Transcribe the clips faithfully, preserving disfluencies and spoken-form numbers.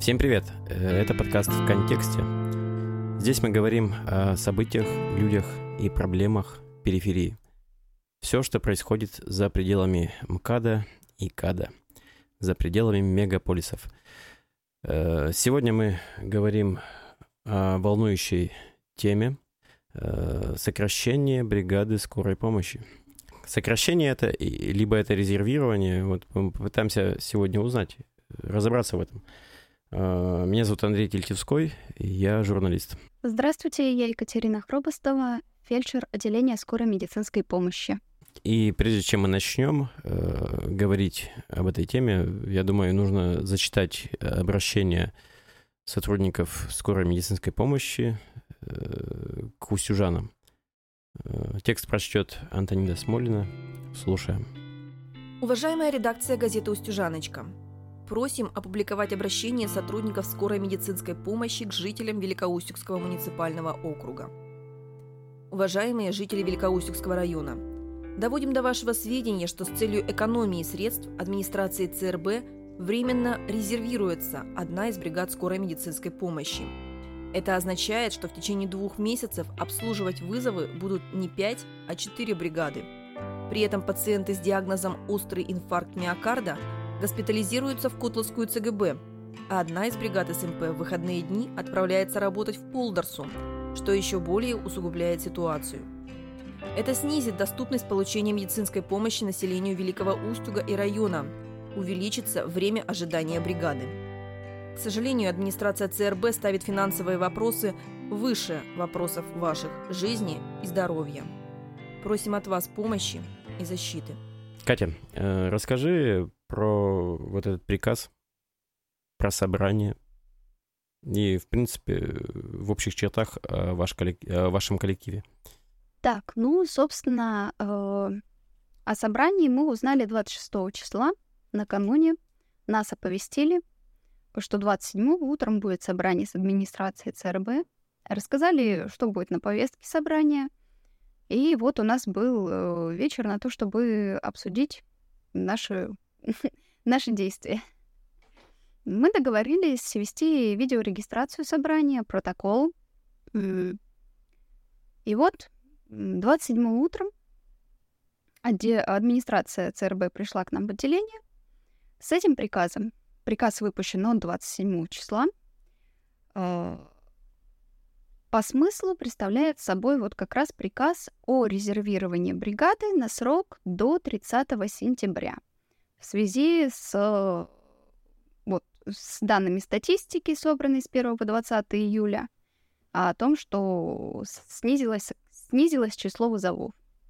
Всем привет! Это подкаст «В контексте». Здесь мы говорим о событиях, людях и проблемах периферии. Все, что происходит за пределами МКАДа и КАДа, за пределами мегаполисов. Сегодня мы говорим о волнующей теме сокращение бригады скорой помощи. Сокращение это, либо это резервирование. Вот мы попытаемся сегодня узнать, разобраться в этом. Меня зовут Андрей Тельтевской, и я журналист. Здравствуйте, я Екатерина Хробостова, фельдшер отделения скорой медицинской помощи. И прежде чем мы начнем э, говорить об этой теме, я думаю, нужно зачитать обращение сотрудников скорой медицинской помощи э, к устюжанам. Э, текст прочтет Антонида Смолина. Слушаем. Уважаемая редакция газеты «Устюжаночка», просим опубликовать обращение сотрудников скорой медицинской помощи к жителям Великоустюгского муниципального округа. Уважаемые жители Великоустюгского района, доводим до вашего сведения, что с целью экономии средств администрации ЦРБ временно резервируется одна из бригад скорой медицинской помощи. Это означает, что в течение двух месяцев обслуживать вызовы будут не пять, а четыре бригады. При этом пациенты с диагнозом «острый инфаркт миокарда» госпитализируются в Котловскую ЦГБ, а одна из бригад СМП в выходные дни отправляется работать в Полдарсу, что еще более усугубляет ситуацию. Это снизит доступность получения медицинской помощи населению Великого Устюга и района, увеличится время ожидания бригады. К сожалению, администрация ЦРБ ставит финансовые вопросы выше вопросов ваших жизни и здоровья. Просим от вас помощи и защиты. Катя, э, расскажи про вот этот приказ, про собрание и, в принципе, в общих чертах о, ваш коллек... о вашем коллективе. Так, ну, собственно, э, о собрании мы узнали двадцать шестого числа, накануне. Нас оповестили, что двадцать седьмого утром будет собрание с администрацией ЦРБ. Рассказали, что будет на повестке собрания. И вот у нас был э, вечер на то, чтобы обсудить наши, наши действия. Мы договорились вести видеорегистрацию собрания, протокол. И вот двадцать седьмого утром администрация ЦРБ пришла к нам в отделение с этим приказом. Приказ выпущен от двадцать седьмого числа. По смыслу представляет собой вот как раз приказ о резервировании бригады на срок до тридцатого сентября в связи с, вот, с данными статистики, собранной с первого по двадцатое июля, о том, что снизилось, снизилось число вызовов.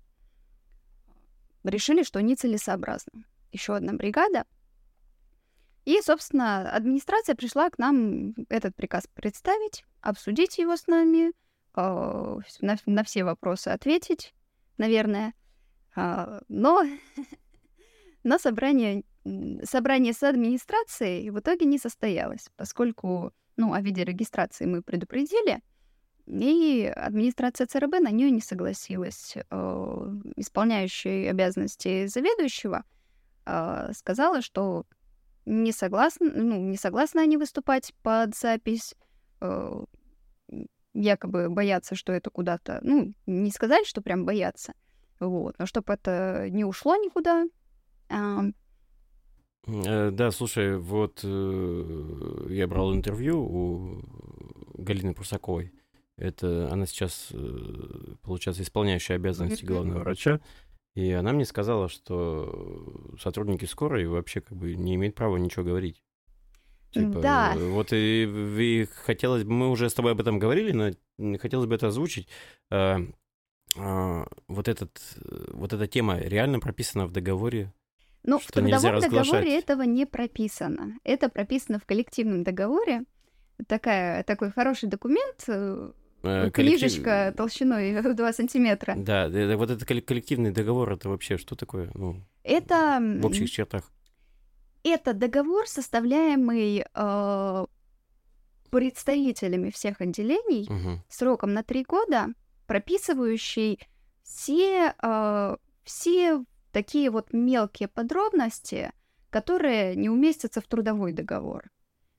Решили, что нецелесообразно. Еще одна бригада. И, собственно, администрация пришла к нам этот приказ представить, обсудить его с нами, э, на, на все вопросы ответить, наверное. Э, но, но собрание, собрание с администрацией в итоге не состоялось, поскольку ну, о виде регистрации мы предупредили, и администрация ЦРБ на нее не согласилась. Э, исполняющая обязанности заведующего э, сказала, что не согласны, ну, не согласны они выступать под запись, э, якобы боятся, что это куда-то, ну, не сказать, что прям боятся, вот, но чтобы это не ушло никуда. А... Да, слушай, вот э, я брал интервью у Галины Прусаковой. Это она сейчас, получается, исполняющая обязанности главного врача. И она мне сказала, что сотрудники скорой вообще как бы не имеют права ничего говорить. Типа, да. Вот и, и хотелось бы, мы уже с тобой об этом говорили, но хотелось бы это озвучить. А, а, вот, этот, вот эта тема реально прописана в договоре? Ну, в трудовом договоре этого не прописано. Это прописано в коллективном договоре. Такая, такой хороший документ, Коллектив... книжечка толщиной в два сантиметра. Да, вот этот коллективный договор, это вообще что такое? Ну, это... В общих чертах. Это договор, составляемый э, представителями всех отделений угу. сроком на три года, прописывающий все, э, все такие вот мелкие подробности, которые не уместятся в трудовой договор.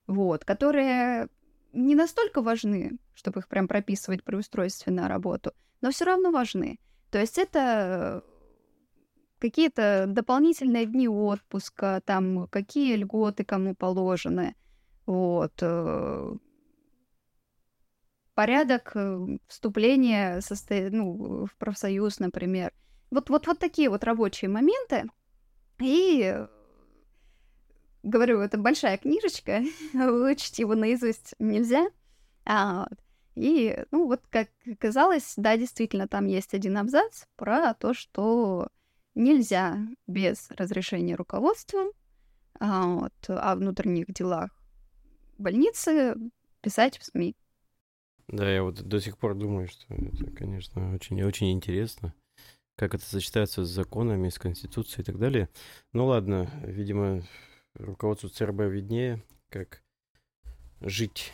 вот, которые не настолько важны, чтобы их прям прописывать при устройстве на работу, но все равно важны. То есть это какие-то дополнительные дни отпуска, там, какие льготы кому положены, вот, э, порядок э, вступления состо... ну, в профсоюз, например. Вот, вот, вот такие вот рабочие моменты. И, э, говорю, это большая книжечка, выучить его наизусть нельзя. А, вот. И, ну, вот, как оказалось, да, действительно, там есть один абзац про то, что нельзя без разрешения руководства а, вот, о внутренних делах больницы писать в СМИ. Да, я вот до сих пор думаю, что это, конечно, очень, очень интересно, как это сочетается с законами, с Конституцией и так далее. Ну ладно, видимо, руководству ЦРБ виднее, как жить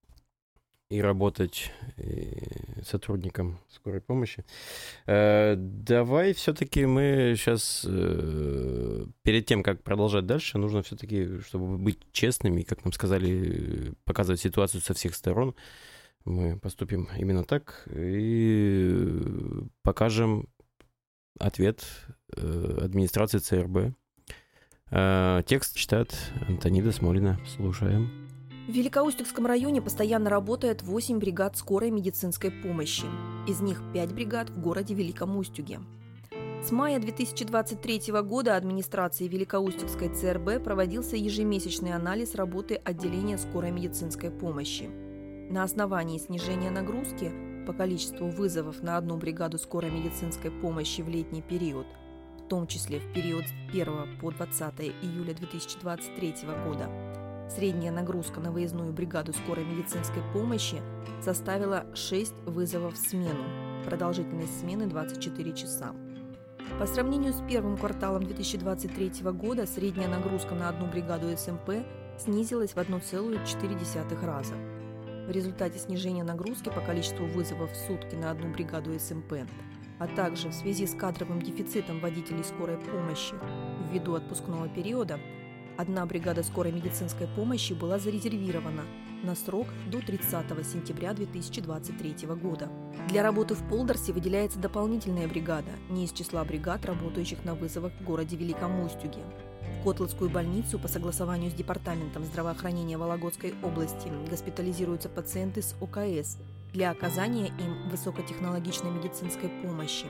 и работать и сотрудникам скорой помощи. Э, давай все-таки мы сейчас, э, перед тем, как продолжать дальше, нужно все-таки, чтобы быть честными, как нам сказали, показывать ситуацию со всех сторон. Мы поступим именно так и покажем ответ э, администрации ЦРБ. Э, текст читает Антонида Смолина. Слушаем. В Великоустюгском районе постоянно работает восемь бригад скорой медицинской помощи. Из них пять бригад в городе Великом Устюге. С мая две тысячи двадцать третьего года администрацией Великоустюгской ЦРБ проводился ежемесячный анализ работы отделения скорой медицинской помощи. На основании снижения нагрузки по количеству вызовов на одну бригаду скорой медицинской помощи в летний период, в том числе в период с первого по двадцатое июля две тысячи двадцать третьего года, средняя нагрузка на выездную бригаду скорой медицинской помощи составила шесть вызовов в смену, продолжительность смены двадцать четыре часа. По сравнению с первым кварталом две тысячи двадцать третьего года средняя нагрузка на одну бригаду СМП снизилась в один целых четыре десятых раза. В результате снижения нагрузки по количеству вызовов в сутки на одну бригаду СМП, а также в связи с кадровым дефицитом водителей скорой помощи ввиду отпускного периода, одна бригада скорой медицинской помощи была зарезервирована на срок до тридцатого сентября две тысячи двадцать третьего года. Для работы в Полдорсе выделяется дополнительная бригада, не из числа бригад, работающих на вызовах в городе Великом Устюге. В Котловскую больницу по согласованию с Департаментом здравоохранения Вологодской области госпитализируются пациенты с ОКС для оказания им высокотехнологичной медицинской помощи.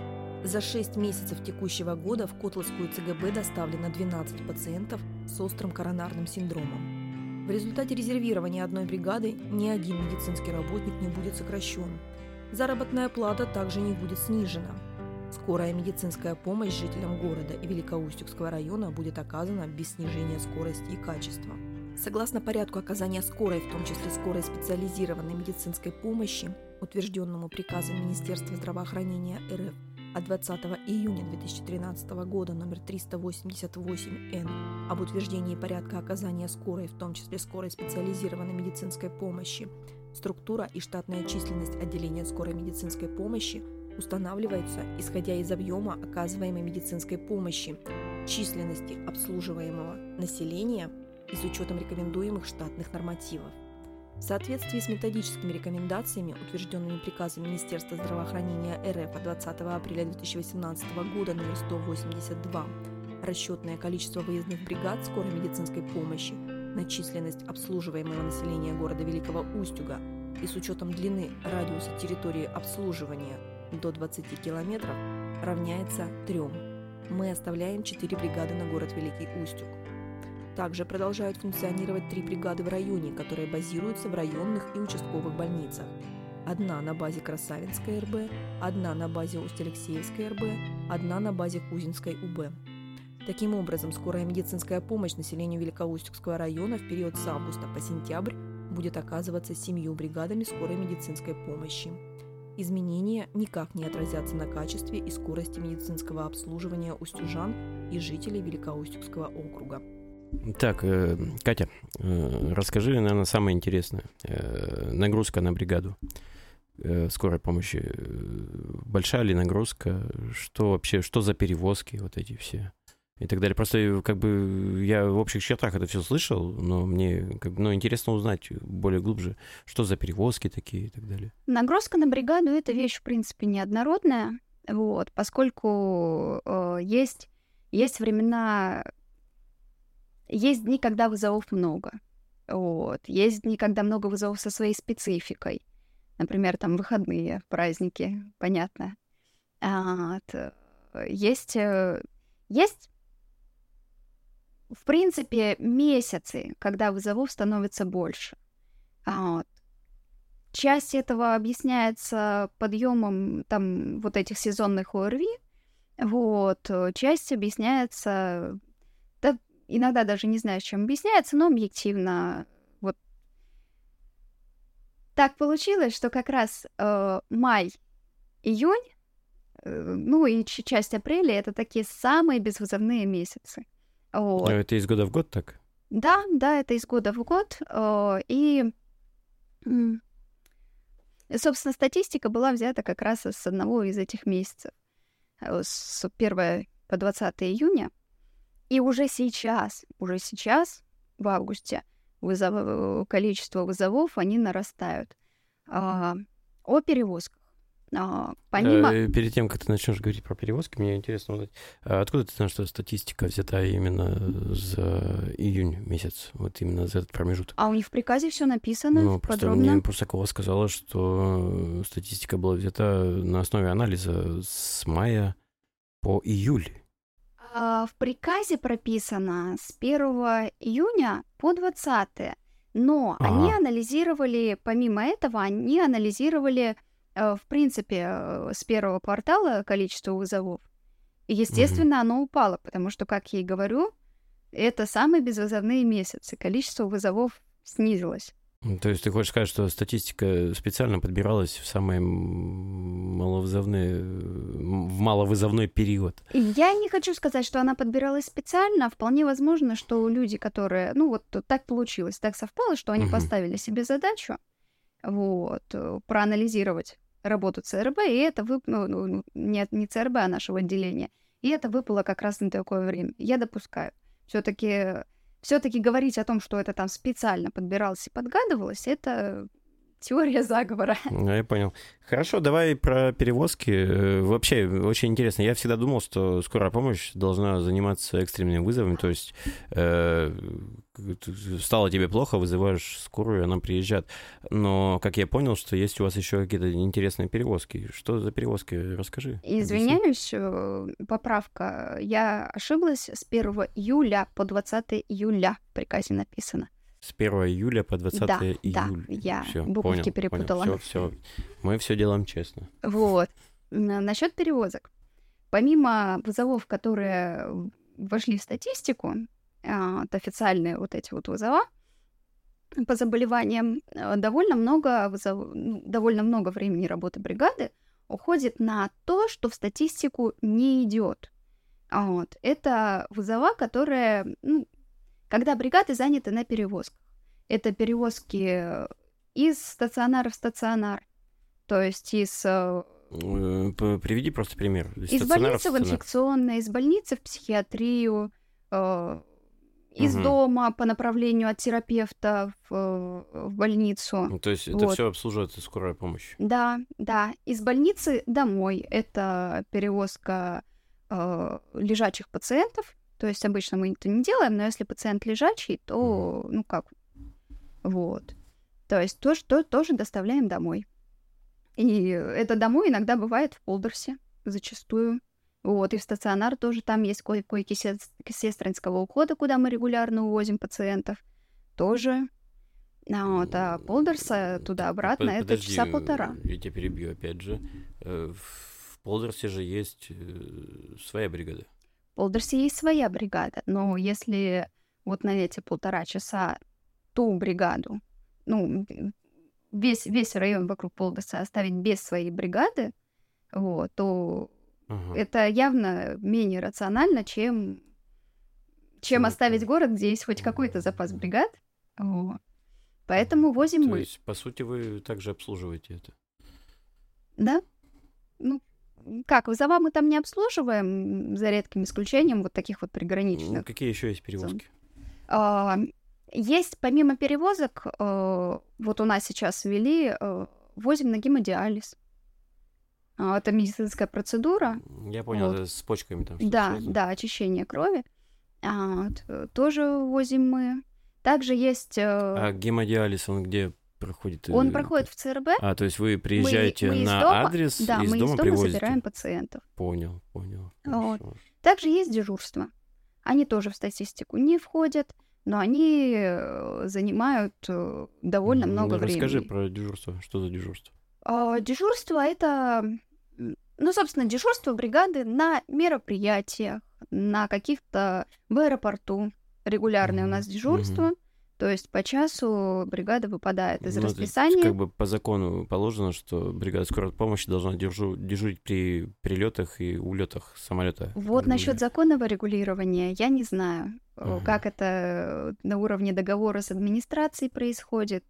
За шесть месяцев текущего года в Котловскую ЦГБ доставлено двенадцать пациентов с острым коронарным синдромом. В результате резервирования одной бригады ни один медицинский работник не будет сокращен. Заработная плата также не будет снижена. Скорая медицинская помощь жителям города и Великоустюгского района будет оказана без снижения скорости и качества. Согласно порядку оказания скорой, в том числе скорой специализированной медицинской помощи, утвержденному приказом Министерства здравоохранения РФ от двадцатого июня две тысячи тринадцатого года номер триста восемьдесят восемь эн об утверждении порядка оказания скорой, в том числе скорой специализированной медицинской помощи, структура и штатная численность отделения скорой медицинской помощи устанавливаются, исходя из объема оказываемой медицинской помощи, численности обслуживаемого населения и с учетом рекомендуемых штатных нормативов. В соответствии с методическими рекомендациями, утвержденными приказом Министерства здравоохранения РФ от двадцатого апреля две тысячи восемнадцатого года номер сто восемьдесят два, расчетное количество выездных бригад скорой медицинской помощи на численность обслуживаемого населения города Великого Устюга и с учетом длины радиуса территории обслуживания до двадцати километров равняется трем. Мы оставляем четыре бригады на город Великий Устюг. Также продолжают функционировать три бригады в районе, которые базируются в районных и участковых больницах. Одна на базе Красавинской эр бэ, одна на базе Усть-Алексеевской эр бэ, одна на базе Кузинской у бэ. Таким образом, скорая медицинская помощь населению Великоустюгского района в период с августа по сентябрь будет оказываться семью бригадами скорой медицинской помощи. Изменения никак не отразятся на качестве и скорости медицинского обслуживания устюжан и жителей Великоустюгского округа. Так, э, Катя, э, расскажи, наверное, самое интересное. Э, нагрузка на бригаду э, скорой помощи. Большая ли нагрузка? Что вообще, что за перевозки вот эти все? и так далее. Просто как бы я в общих чертах это все слышал, но мне как бы, ну, интересно узнать более глубже, что за перевозки такие и так далее. Нагрузка на бригаду — это вещь, в принципе, неоднородная, вот, поскольку э, есть, есть времена, есть дни, когда вызовов много, вот, есть дни, когда много вызовов со своей спецификой, например, там выходные, праздники, понятно. А, вот, есть, есть в принципе, месяцы, когда вызовов становится больше. Вот. Часть этого объясняется подъемом там вот этих сезонных ОРВИ, вот. Часть объясняется, да, иногда даже не знаю, с чем объясняется, но объективно. Вот так получилось, что как раз э, май, июнь, э, ну и ч- часть апреля — это такие самые безвызовные месяцы. Вот. Это из года в год так? Да, да, это из года в год. э, И, м, собственно, статистика была взята как раз с одного из этих месяцев. э, С первого по двадцатое июня. И уже сейчас, уже сейчас, в августе, вызов, количество вызовов, они нарастают. А, О перевозках. А, Помимо... Э, Перед тем, как ты начнешь говорить про перевозки, мне интересно узнать, а откуда ты знаешь, что статистика взята именно за июнь месяц, вот именно за этот промежуток? А у них в приказе все написано Ну, просто подробно. мне Прусакова сказала, что статистика была взята на основе анализа с мая по июль. А, В приказе прописано с первого июня по двадцатое. Но они Ага. анализировали, помимо этого, они анализировали, э, в принципе, э, с первого квартала количество вызовов. И, естественно, оно упало, потому что, как я и говорю, это самые безвызовные месяцы. Количество вызовов снизилось. Ну, то есть ты хочешь сказать, что статистика специально подбиралась в самые м, маловызовные, м, в маловызовной период? И я не хочу сказать, что она подбиралась специально. Вполне возможно, что люди, которые... Ну, вот так получилось, так совпало, что они Мгм. поставили себе задачу вот, э, проанализировать работу ЦРБ, и это вып... ну, ну, не, не ЦРБ, а нашего отделения. И это выпало как раз на такое время. Я допускаю. Все-таки все-таки говорить о том, что это там специально подбиралось и подгадывалось, это теория заговора. Ну, я понял. Хорошо, давай про перевозки. Э, Вообще, очень интересно. Я всегда думал, что скорая помощь должна заниматься экстренными вызовами. То есть э, стало тебе плохо, вызываешь скорую, она приезжает. Но, как я понял, что есть у вас еще какие-то интересные перевозки. Что за перевозки? Расскажи. объясни. Извиняюсь, э, поправка. Я ошиблась. С первого июля по двадцатое июля в приказе написано. С первого июля по двадцатое Да, июля. я Всё, буковки понял, перепутала. Все, все. Мы все делаем честно. Вот. Насчет перевозок. Помимо вызовов, которые вошли в статистику, а, это официальные вот эти вот вызова по заболеваниям, э, довольно много вызов- ну, довольно много времени работы бригады уходит на то, что в статистику не идет. Вот. Это вызова, которые, ну, когда бригады заняты на перевозках. Это перевозки из стационара в стационар, то есть из, э, Э, п- Приведи просто пример. из Стационара больницы в стационар. инфекционное, из больницы в психиатрию, э, из Мгм. дома по направлению от терапевта в, э, в больницу. Ну, то есть это Вот. все обслуживает скорая помощь. Да, да. Из больницы домой. Это перевозка э, лежачих пациентов. То есть обычно мы это не делаем, но если пациент лежачий, то, ну как, вот. То есть то, что тоже доставляем домой. И это домой иногда бывает в Полдерсе, зачастую. Вот, и в стационар тоже там есть ко- койки сес- сестринского ухода, куда мы регулярно увозим пациентов. Тоже. А, вот, а Полдерса М, туда-обратно под- это подожди, часа полтора. Я тебя перебью опять же. Э, В Полдерсе же есть э, своя бригада. В Полдерсе есть своя бригада, но если вот на эти полтора часа ту бригаду, ну, весь, весь район вокруг Полдерса оставить без своей бригады, вот, то Ага. это явно менее рационально, чем, чем Ну, оставить да. город, где есть хоть какой-то запас бригад. Вот. Поэтому возим То мы. есть, по сути, вы также обслуживаете это. Да? Ну, как, вызова мы там не обслуживаем, за редким исключением вот таких вот приграничных. Ну, какие еще есть перевозки? А, есть, помимо перевозок, а, вот у нас сейчас ввели, а, возим на гемодиализ. А, это медицинская процедура. Я понял, Вот. это с почками там. Да, связано. да, очищение крови. А, вот, тоже возим мы. Также есть... А А гемодиализ, он где проходит? он э, проходит в ЦРБ. А, то есть вы приезжаете мы из на дома- адрес Да, и из мы дома из дома привозите? забираем пациентов. Понял, понял. Вот. Хорошо. Также есть дежурство. Они тоже в статистику не входят, но они э, занимают э, довольно Мгм. много Ну, расскажи времени. про дежурство. Что за дежурство? А, Дежурство — это, м, ну, собственно, дежурство бригады на мероприятиях, на каких-то в аэропорту. Регулярное у Мгм, нас дежурство. То есть по часу бригада выпадает из Ну, это расписания. как бы по закону положено, что бригада скорой помощи должна держу- дежурить при прилетах и улетах самолета. Вот насчет законного регулирования я не знаю, э, Ага. как это на уровне договора с администрацией происходит.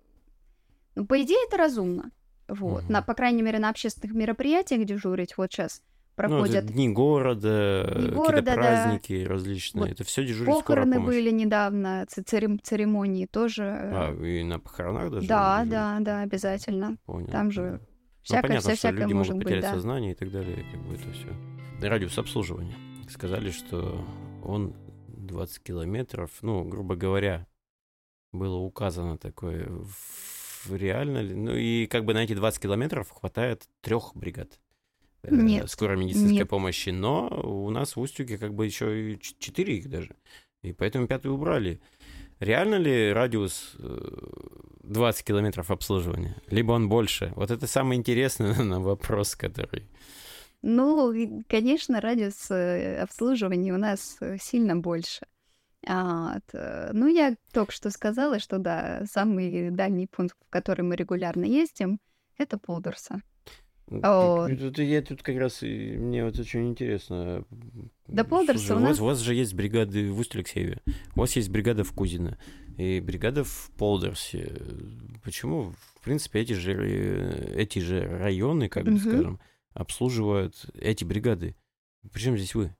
Ну, по идее, это разумно. Вот. Мгм. На, по крайней мере, на общественных мероприятиях дежурить вот сейчас Ну, это проходят. дни города, Дни какие-то города, да. праздники различные. Вот Это все дежурит скорая Похороны помощь. были недавно, ц- церем- церемонии тоже. А, и на похоронах даже? Да, дежурит? да, да, обязательно. Понял. Там понял. же Ну, всякое, понятно, вся, что всякое люди может могут быть, потерять да. сознание и так далее, как бы это все. Радиус обслуживания. Сказали, что он двадцать километров, ну, грубо говоря, было указано такое, в- реально ли? Ну, и как бы на эти двадцать километров хватает трех бригад э, Нет, скорой медицинской нет. помощи, но у нас в Устюге как бы еще и ч- четыре их даже, и поэтому пятую убрали. Реально ли радиус э, двадцать километров обслуживания? Либо он больше? Вот это самый интересный, наверное, вопрос, который... Ну, и, конечно, радиус э, обслуживания у нас э, сильно больше. А, вот, э, ну, я только что сказала, что да, самый дальний пункт, в который мы регулярно ездим, это Полдорса. О. Тут- тут Я тут как раз, и мне вот очень интересно. До Полдорса Слушай, у у вас, нас- у вас же есть бригады в Усть-Алексееве, у вас есть бригада в Кузино и бригада в Полдорсе. Почему, в принципе, эти же, э, эти же районы, как бы Мгм. скажем, обслуживают эти бригады? Причем здесь вы?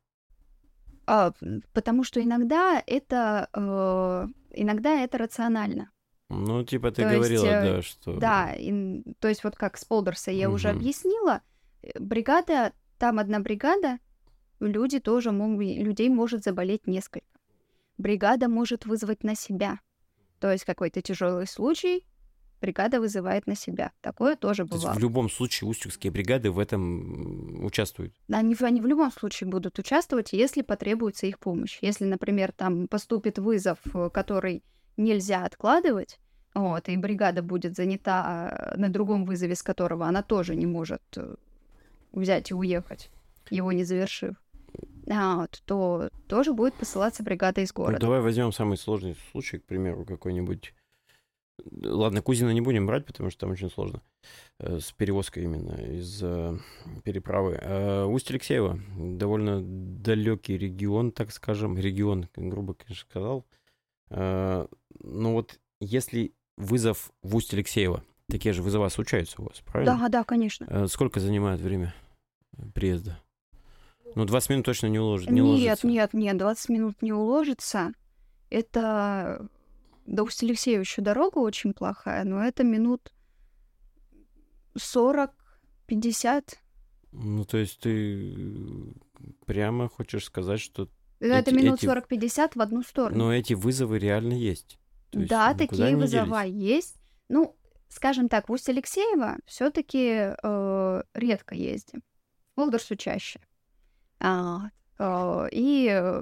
А, м, потому что иногда это, э, иногда это рационально. Ну, типа ты То есть, говорила, э, да, что... Да, ин- то есть вот как с Полдорса я уже Мгм. объяснила, э, бригада, там одна бригада, люди тоже могут, людей может заболеть несколько. Бригада может вызвать на себя. То есть какой-то тяжелый случай, бригада вызывает на себя. Такое тоже То есть бывало. в любом случае устюгские бригады в этом м, участвуют. Они, в- они в любом случае будут участвовать, если потребуется их помощь. Если, например, там поступит вызов, э, который нельзя откладывать, вот, и бригада будет занята э, на другом вызове, с которого она тоже не может э, взять и уехать, его не завершив, а, вот, то тоже будет посылаться бригада из Ну, города. давай возьмем самый сложный случай, к примеру, какой-нибудь. Ладно, Кузина не будем брать, потому что там очень сложно. э, С перевозкой именно из э, переправы. Э, Усть-Алексеево довольно далекий регион, так скажем. Регион, грубо, конечно, сказал. Э, Ну вот, если вызов в Усть-Алексеево, такие же вызова случаются у вас, правильно? Да, да, конечно. Э, Сколько занимает время приезда? Ну, двадцать минут точно не, улож... не Нет, уложится. нет, нет, двадцать минут не уложится. Это до Усть-Алексеева еще дорога очень плохая, но это минут сорок-пятьдесят. Ну, то есть ты прямо хочешь сказать, что... Это Эти- минут эти- сорок-пятьдесят в одну сторону. Но эти вызовы реально есть. То есть Да, никуда такие не вызова делись. есть. Ну, скажем так, в Усть-Алексеево все-таки редко ездим. В Полдорсу чаще. А, э, и... э,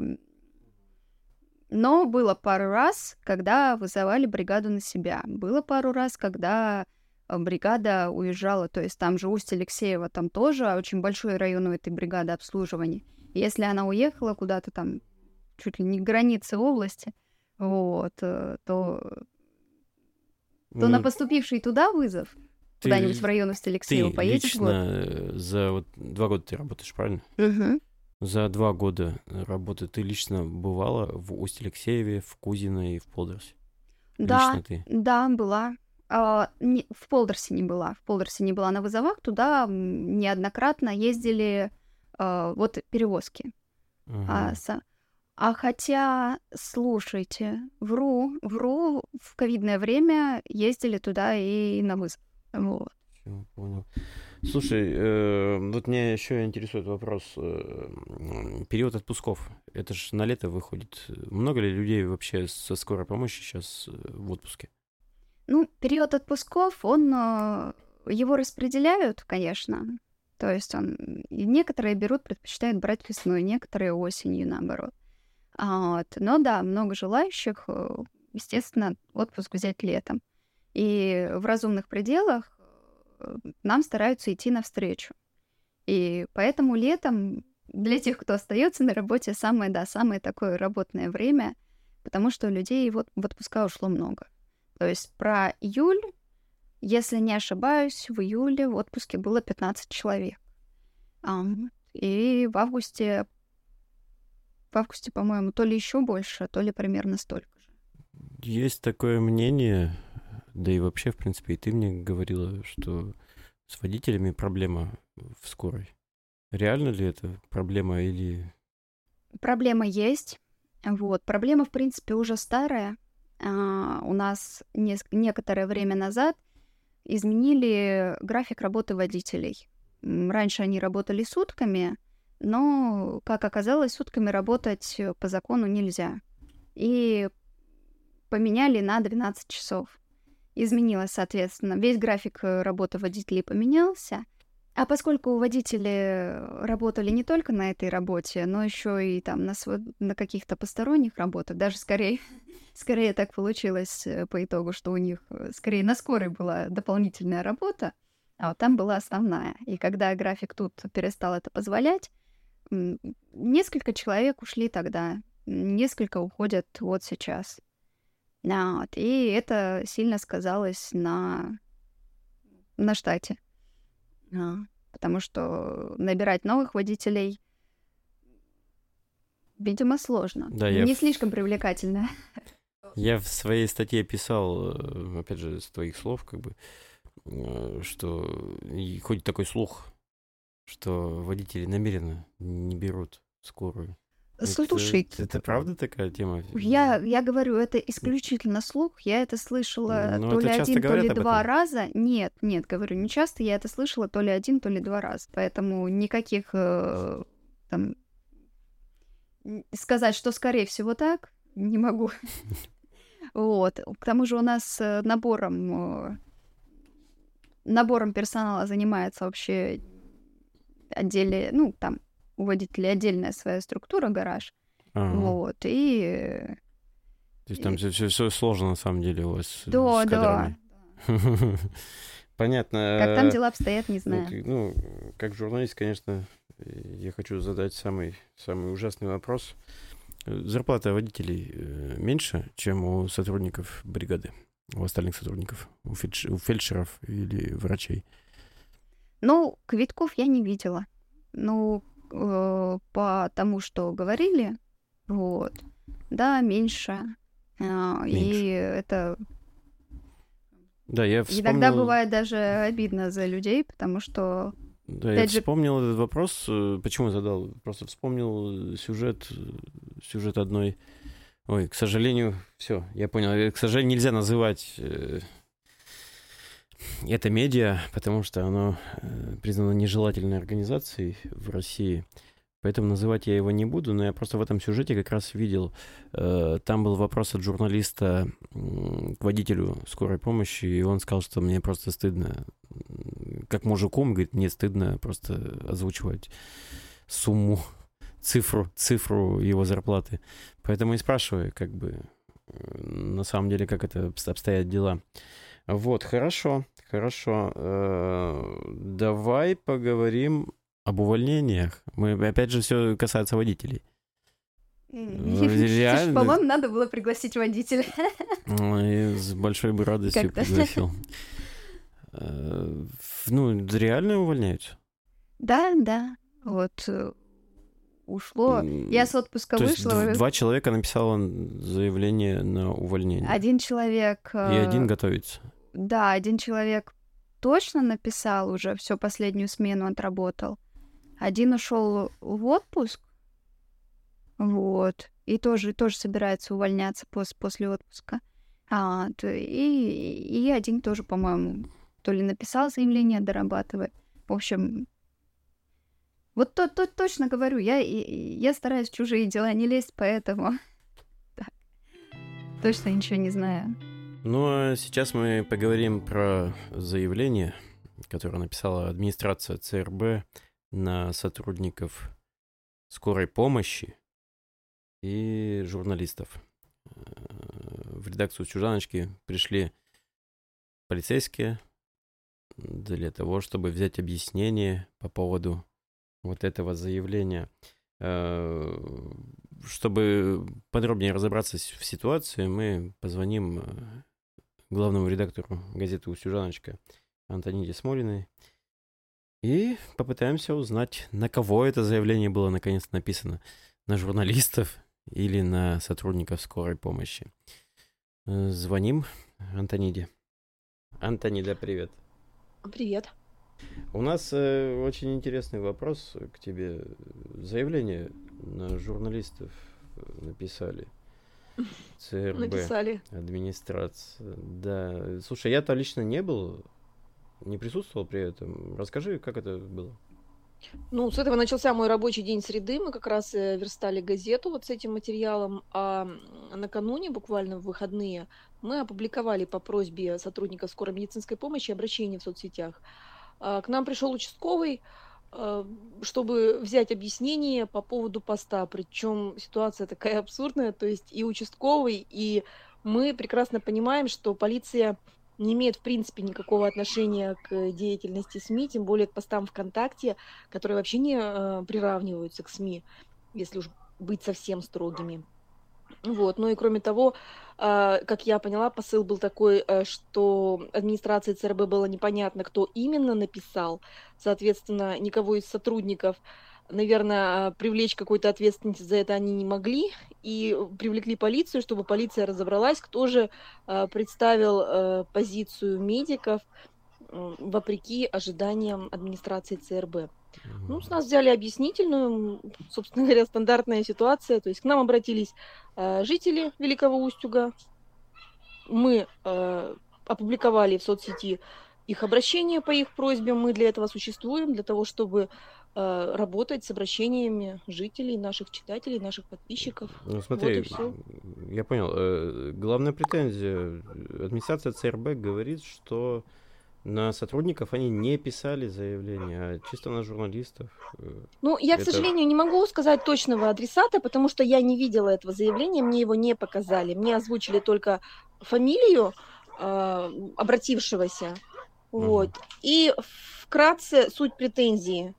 Но было пару раз, когда вызывали бригаду на себя. Было пару раз, когда э, бригада уезжала, то есть там же Усть-Алексеево, там тоже очень большой район у этой бригады обслуживания. Если она уехала куда-то там, чуть ли не к границе области, вот, э, то, то на Ну, поступивший туда вызов, ты- куда-нибудь в район Ты Усть-Алексеева поедешь в год. лично э, за вот два года ты работаешь, правильно? Мгм. За два года работы ты лично бывала в Усть-Алексееве, в Кузино и в Полдорсе? Да, Лично ты. да, была. А, не, в Полдерсе не была. В Полдерсе не была на вызовах. Туда неоднократно ездили а, вот перевозки. Угу. А, со... а хотя, слушайте, вру, вру, в ковидное время ездили туда и на вызов. Вот. Все, понял. Слушай, э, вот меня еще интересует вопрос. Э, период отпусков. Это же на лето выходит. Много ли людей вообще со скорой помощи сейчас в отпуске? Ну, период отпусков, он, его распределяют, конечно. То есть он, и некоторые берут, предпочитают брать весной, некоторые осенью, наоборот. Вот. Но да, много желающих, естественно, отпуск взять летом. И в разумных пределах нам стараются идти навстречу. И поэтому летом для тех, кто остается на работе, самое, да, самое такое работное время, потому что людей вот в отпуска ушло много. То есть про июль, если не ошибаюсь, в июле в отпуске было пятнадцать человек. И в августе, в августе, по-моему, то ли еще больше, то ли примерно столько же. Есть такое мнение, да и вообще, в принципе, и ты мне говорила, что с водителями проблема в скорой. Реально ли это проблема или... Проблема есть. Вот. Проблема, в принципе, уже старая. Uh, у нас не- некоторое время назад изменили график работы водителей. Раньше они работали сутками, но, как оказалось, сутками работать по закону нельзя. И поменяли на двенадцать часов. Изменилось, соответственно, весь график работы водителей поменялся. А поскольку водители работали не только на этой работе, но еще и там на, св- на каких-то посторонних работах, даже скорее, скорее так получилось по итогу, что у них скорее на скорой была дополнительная работа, а вот там была основная. И когда график тут перестал это позволять, несколько человек ушли тогда, несколько уходят вот сейчас. Вот. И это сильно сказалось на, на штате. А, потому что набирать новых водителей, видимо, сложно. Да, не я слишком привлекательно. Я в своей статье писал, опять же, с твоих слов, как бы, что и ходит такой слух, что водители намеренно не берут скорую. Слушай, это, это правда такая тема? Я, я говорю, это исключительно слух. Я это слышала Но то это ли один, то ли два этом. раза. Нет, нет, говорю, не часто. Я это слышала то ли один, то ли два раза. Поэтому никаких э, там сказать, что скорее всего так, не могу. Вот. К тому же у нас набором набором персонала занимается вообще отдельно, ну, там у водителей отдельная своя структура, гараж. Ага. Вот, и... То есть там и... все, все сложно, на самом деле, у вас да, с кадрами. Да. Понятно. Как там дела обстоят, не знаю. Ну, как журналист, конечно, я хочу задать самый, самый ужасный вопрос. Зарплата водителей меньше, чем у сотрудников бригады, у остальных сотрудников, у, фельдш... у фельдшеров или врачей? Ну, квитков я не видела. Ну, э, по тому, что говорили, вот, да, меньше. Э, меньше. И это... Да, я вспомнил... Иногда бывает даже обидно за людей, потому что... Да, я вспомнил же... этот вопрос. Почему задал? Просто вспомнил сюжет, сюжет одной... Ой, к сожалению, все, я понял. К сожалению, нельзя называть... Это медиа, потому что оно признано нежелательной организацией в России. Поэтому называть я его не буду, но я просто в этом сюжете как раз видел. Там был вопрос от журналиста к водителю скорой помощи, и он сказал, что мне просто стыдно. Как мужику, говорит, не стыдно просто озвучивать сумму, цифру, цифру его зарплаты. Поэтому и спрашиваю, как бы, на самом деле, как это обстоят дела. Вот, хорошо, хорошо. Давай поговорим об увольнениях. Мы, опять же, все касается водителей. Реально... По-моему, надо было пригласить водителя. И с большой бы радостью как-то пригласил. Ну, реально увольняются? Да, да. Вот ушло. Я с отпуска То вышла. Есть два человека написало заявление на увольнение. Один человек. И один готовится. да, один человек точно написал уже, все, последнюю смену отработал. Один ушел в отпуск, вот, и тоже, тоже собирается увольняться пос, после отпуска. А, то, и, и один тоже, по-моему, то ли написал заявление, дорабатывает. В общем, вот то, то точно говорю, я, я стараюсь в чужие дела не лезть, поэтому так, точно ничего не знаю. Ну, а сейчас мы поговорим про заявление, которое написала администрация ЦРБ на сотрудников скорой помощи и журналистов. В редакцию «Чужаночки» пришли полицейские для того, чтобы взять объяснение по поводу вот этого заявления. Чтобы подробнее разобраться в ситуации, мы позвоним главному редактору газеты «Устюжаночка» Антониде Смолиной и попытаемся узнать, на кого это заявление было наконец написано. На журналистов или на сотрудников скорой помощи. Звоним Антониде. Антонида, привет. Привет. У нас э, очень интересный вопрос к тебе. Заявление на журналистов написали. ЦРБ. Написали. Администрация. Да. Слушай, я-то лично не был, не присутствовал при этом. Расскажи, как это было. Ну, с этого начался мой рабочий день среды. Мы как раз э, верстали газету вот с этим материалом. А накануне, буквально в выходные, мы опубликовали по просьбе сотрудников скорой медицинской помощи обращение в соцсетях. А, к нам пришел участковый, а, чтобы взять объяснение по поводу поста. Причем ситуация такая абсурдная. То есть и участковый, и мы прекрасно понимаем, что полиция не имеет, в принципе, никакого отношения к деятельности СМИ, тем более к постам ВКонтакте, которые вообще не э, приравниваются к СМИ, если уж быть совсем строгими. Вот. Ну и кроме того, э, как я поняла, посыл был такой, э, что администрации ЦРБ было непонятно, кто именно написал. Соответственно, никого из сотрудников, наверное, привлечь какой-то ответственности за это они не могли, и привлекли полицию, чтобы полиция разобралась, кто же э, представил э, позицию медиков э, вопреки ожиданиям администрации ЦРБ. Ну, с нас взяли объяснительную, собственно говоря, стандартная ситуация. То есть к нам обратились э, жители Великого Устюга. Мы э, опубликовали в соцсети их обращение по их просьбе. Мы для этого существуем, для того, чтобы э, работать с обращениями жителей, наших читателей, наших подписчиков. Ну, смотри, вот и все. Я понял. Э, главная претензия. Администрация ЦРБ говорит, что на сотрудников они не писали заявление, а чисто на журналистов. Ну, я, Это... к сожалению, не могу сказать точного адресата, потому что я не видела этого заявления, мне его не показали. Мне озвучили только фамилию э, обратившегося. Вот. Угу. И вкратце суть претензии.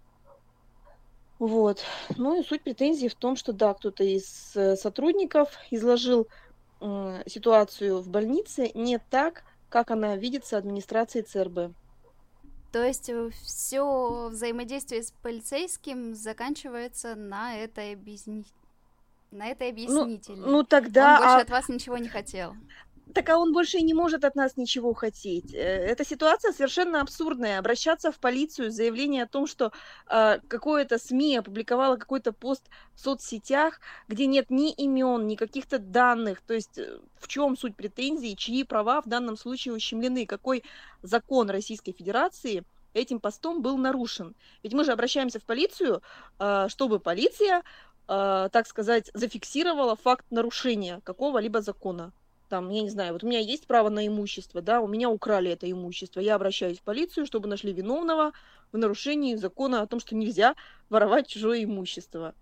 Вот. Ну и суть претензии в том, что да, кто-то из сотрудников изложил э, ситуацию в больнице не так, как она видится администрацией ЦРБ. То есть все взаимодействие с полицейским заканчивается на этой объясни... на этой объяснительной. Ну, ну тогда... Он больше а... от вас ничего не хотел. Так а он больше и не может от нас ничего хотеть. Эта ситуация совершенно абсурдная. Обращаться в полицию с заявлением о том, что э, какое-то СМИ опубликовало какой-то пост в соцсетях, где нет ни имен, ни каких-то данных. То есть в чем суть претензий, чьи права в данном случае ущемлены, какой закон Российской Федерации этим постом был нарушен. Ведь мы же обращаемся в полицию, э, чтобы полиция, э, так сказать, зафиксировала факт нарушения какого-либо закона. Там, я не знаю, вот у меня есть право на имущество, да, у меня украли это имущество, я обращаюсь в полицию, чтобы нашли виновного в нарушении закона о том, что нельзя воровать чужое имущество.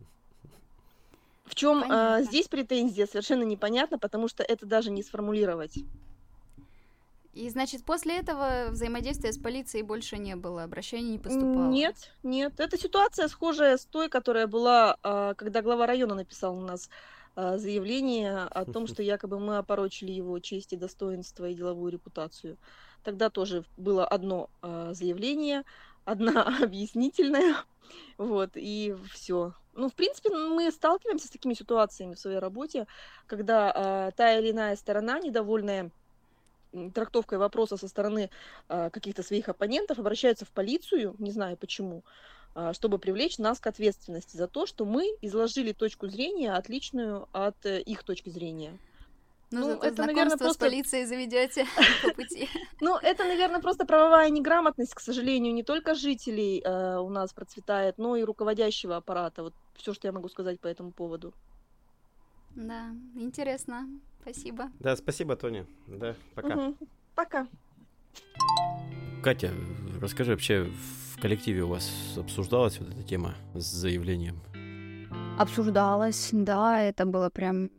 В чем а, здесь претензия, совершенно непонятно, потому что это даже не сформулировать. И, значит, после этого взаимодействия с полицией больше не было, обращений не поступало? Нет, нет, это ситуация схожая с той, которая была, а, когда глава района написал у нас заявление о том, что якобы мы опорочили его честь и достоинство и деловую репутацию. Тогда тоже было одно э, заявление, одна объяснительная, вот, и все. Ну, в принципе, мы сталкиваемся с такими ситуациями в своей работе, когда э, та или иная сторона, недовольная трактовкой вопроса со стороны а, каких-то своих оппонентов обращаются в полицию, не знаю почему, а, чтобы привлечь нас к ответственности за то, что мы изложили точку зрения, отличную от э, их точки зрения. Ну, Ну, зато это, знакомство наверное, с просто... полицией заведете по пути. Ну, это, наверное, просто правовая неграмотность, к сожалению, не только жителей э, у нас процветает, но и руководящего аппарата. Вот все, что я могу сказать по этому поводу. Да, интересно. Спасибо. Да, спасибо, Тоня. Да, пока. Мгм. Пока. Катя, расскажи, вообще в коллективе у вас обсуждалась вот эта тема с заявлением? Обсуждалось, да, это было прям...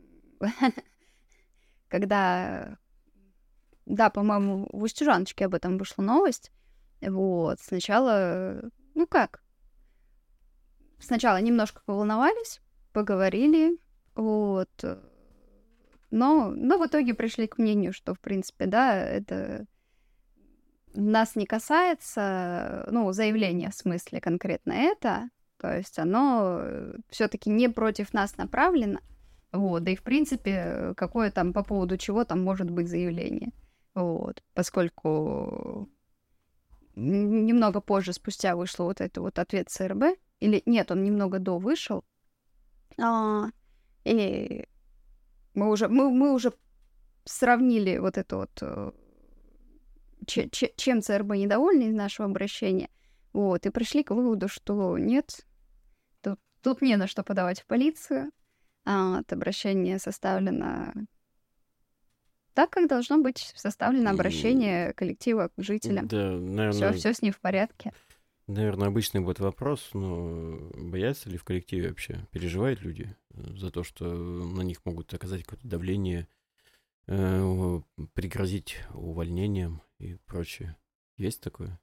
Когда... Да, по-моему, в Устюжаночке об этом вышла новость. Вот, сначала... Ну как? Сначала немножко поволновались, поговорили, вот. Но, но в итоге пришли к мнению, что, в принципе, да, это нас не касается, ну, заявление в смысле конкретно это, то есть оно все-таки не против нас направлено, вот, да и, в принципе, какое там по поводу чего там может быть заявление, вот, поскольку немного позже, спустя вышел вот это вот ответ ЦРБ, или нет, он немного до вышел, а, и мы уже, мы, мы уже сравнили вот это вот, ч, ч, чем ЦРБ недовольны из нашего обращения, вот, и пришли к выводу, что нет, тут, тут не на что подавать в полицию, а, обращение составлено так, как должно быть составлено обращение коллектива к жителям. Да, наверное... Все, все с ним в порядке. Наверное, обычный будет вопрос, но боятся ли в коллективе вообще? Переживают люди за то, что на них могут оказать какое-то давление, э, пригрозить увольнением и прочее? Есть такое?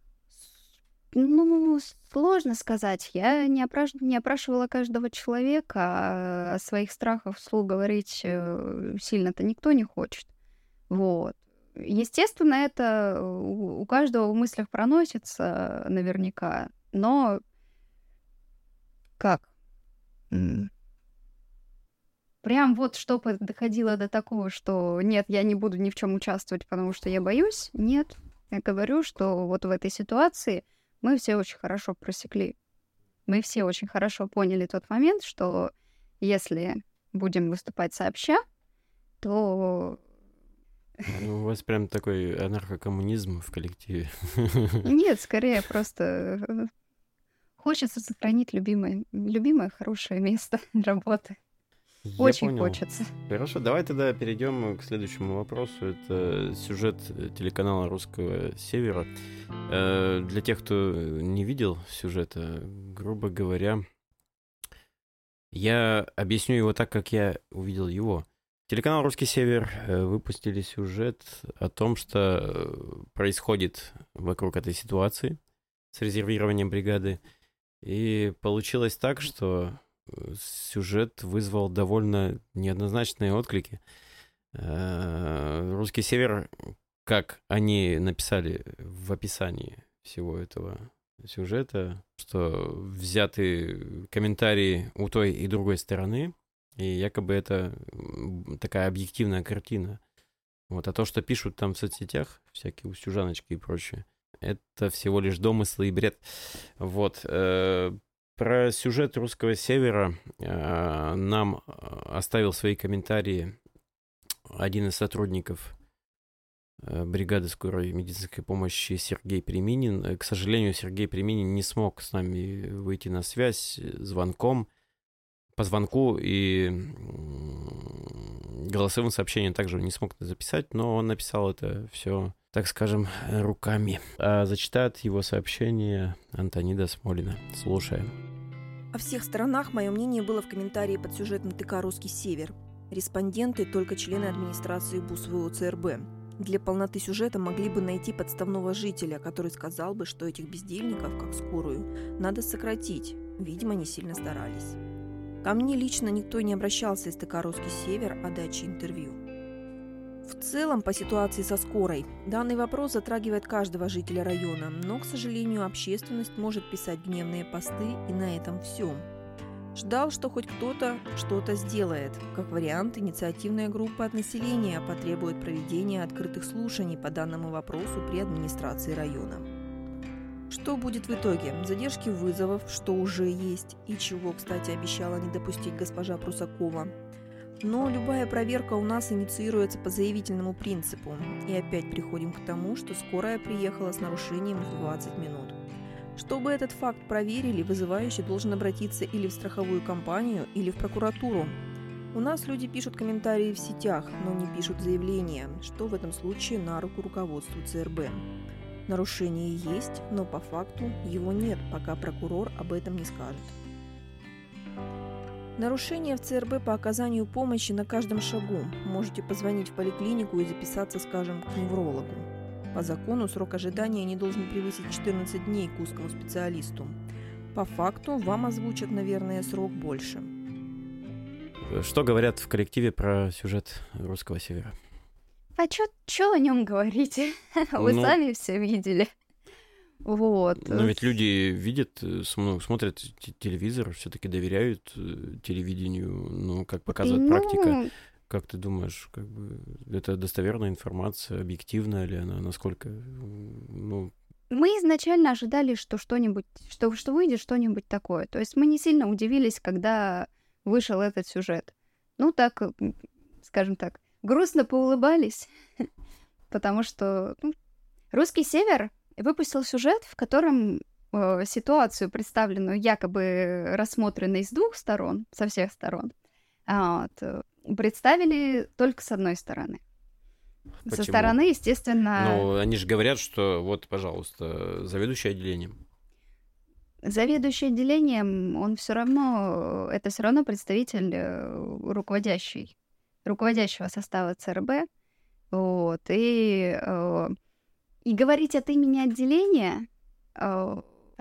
Ну, сложно сказать. Я не, опраш... не опрашивала каждого человека, а о своих страхах вслух говорить э, сильно-то никто не хочет. Вот. Естественно, это у каждого в мыслях проносится наверняка, но как? Прям вот чтобы доходило до такого, что нет, я не буду ни в чем участвовать, потому что я боюсь. Нет, я говорю, что вот в этой ситуации мы все очень хорошо просекли. Мы все очень хорошо поняли тот момент, что если будем выступать сообща, то... Ну, у вас прям такой анархокоммунизм в коллективе. Нет, скорее просто хочется сохранить любимое, любимое хорошее место работы. Я Очень понял. хочется. Хорошо, давай тогда перейдем к следующему вопросу. Это сюжет телеканала «Русского Севера». Для тех, кто не видел сюжета, грубо говоря, я объясню его так, как я увидел его. Телеканал «Русский Север» выпустили сюжет о том, что происходит вокруг этой ситуации с резервированием бригады. И получилось так, что сюжет вызвал довольно неоднозначные отклики. «Русский Север», как они написали в описании всего этого сюжета, что взяты комментарии у той и другой стороны, и якобы это такая объективная картина. Вот, а то, что пишут там в соцсетях, всякие устюжаночки и прочее, это всего лишь домыслы и бред. Вот. Про сюжет «Русского Севера» нам оставил свои комментарии один из сотрудников бригады скорой медицинской помощи Сергей Приминин. К сожалению, Сергей Приминин не смог с нами выйти на связь звонком, по звонку, и голосовым сообщением также не смог записать, но он написал это все, так скажем, руками. А зачитает его сообщение Антонида Смолина. Слушаем. О всех сторонах мое мнение было в комментарии под сюжетом ТК «Русский Север». Респонденты – только члены администрации БУСВО ЦРБ. Для полноты сюжета могли бы найти подставного жителя, который сказал бы, что этих бездельников, как скорую, надо сократить. Видимо, не сильно старались. Ко мне лично никто не обращался из ТК «Русский Север» о даче интервью. В целом, по ситуации со скорой, данный вопрос затрагивает каждого жителя района, но, к сожалению, общественность может писать гневные посты, и на этом все. Ждал, что хоть кто-то что-то сделает. Как вариант, инициативная группа от населения потребует проведения открытых слушаний по данному вопросу при администрации района. Что будет в итоге? Задержки вызовов, что уже есть, и чего, кстати, обещала не допустить госпожа Прусакова. Но любая проверка у нас инициируется по заявительному принципу. И опять приходим к тому, что скорая приехала с нарушением в двадцать минут. Чтобы этот факт проверили, вызывающий должен обратиться или в страховую компанию, или в прокуратуру. У нас люди пишут комментарии в сетях, но не пишут заявления, что в этом случае на руку руководству ЦРБ. Нарушение есть, но по факту его нет, пока прокурор об этом не скажет. Нарушение в ЦРБ по оказанию помощи на каждом шагу. Можете позвонить в поликлинику и записаться, скажем, к неврологу. По закону срок ожидания не должен превысить четырнадцать дней к узкому специалисту. По факту вам озвучат, наверное, срок больше. Что говорят в коллективе про сюжет «Русского севера»? А чё о нем говорите? Вы Ну, сами все видели. Вот. Но ведь люди видят, э, см- смотрят те- телевизор, все-таки доверяют э, телевидению, ну, как показывает практика. Ну, Как ты думаешь, как бы это достоверная информация, объективная ли она, насколько, м, ну, мы изначально ожидали, что что-нибудь, что, что выйдет что-нибудь такое. То есть мы не сильно удивились, когда вышел этот сюжет. Ну, так, м, скажем так, грустно поулыбались, потому что ну, «Русский север» выпустил сюжет, в котором э, ситуацию, представленную якобы рассмотренной с двух сторон, со всех сторон, а, вот, э, представили только с одной стороны. Со почему? стороны, естественно, Ну, они же говорят, что вот, пожалуйста, заведующий отделением. заведующий отделением, он все равно, это все равно представитель э, руководящий, руководящего состава ЦРБ. Вот, и, э, и говорить от имени отделения... э,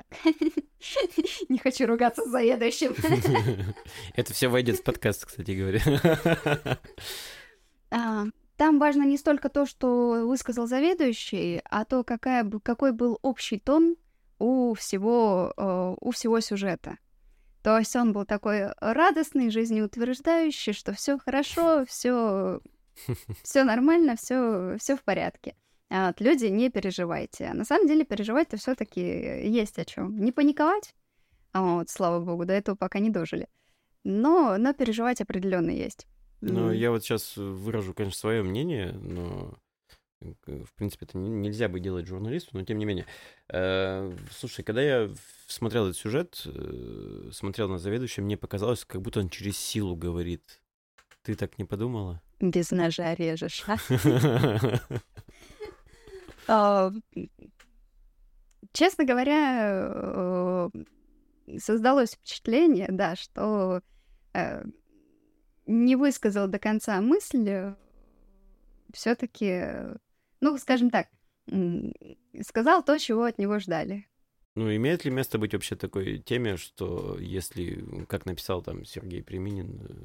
Не хочу ругаться с заведующим. Это все войдет в подкаст, кстати говоря. А, Там важно не столько то, что высказал заведующий, а то, какая, б- какой был общий тон у всего, э, у всего сюжета. То есть он был такой радостный, жизнеутверждающий, что все хорошо, все все нормально, все все в порядке. А вот, люди, не переживайте. А на самом деле переживать-то все таки есть о чем. Не паниковать, а вот, слава богу, до этого пока не дожили. Но, но переживать определенно есть. Ну, М. я вот сейчас выражу, конечно, свое мнение, но, э, в принципе, это не- нельзя бы делать журналисту, но тем не менее. Э, Слушай, когда я в- смотрел этот сюжет, э, смотрел на заведующего, мне показалось, как будто он через силу говорит. Ты так не подумала? Без ножа режешь, а? А, Честно говоря, э, создалось впечатление, да, что э, не высказал до конца мысль, все-таки, ну, скажем так, м, сказал то, чего от него ждали. Ну, имеет ли место быть вообще такой теме, что если, как написал там Сергей Преминин, э,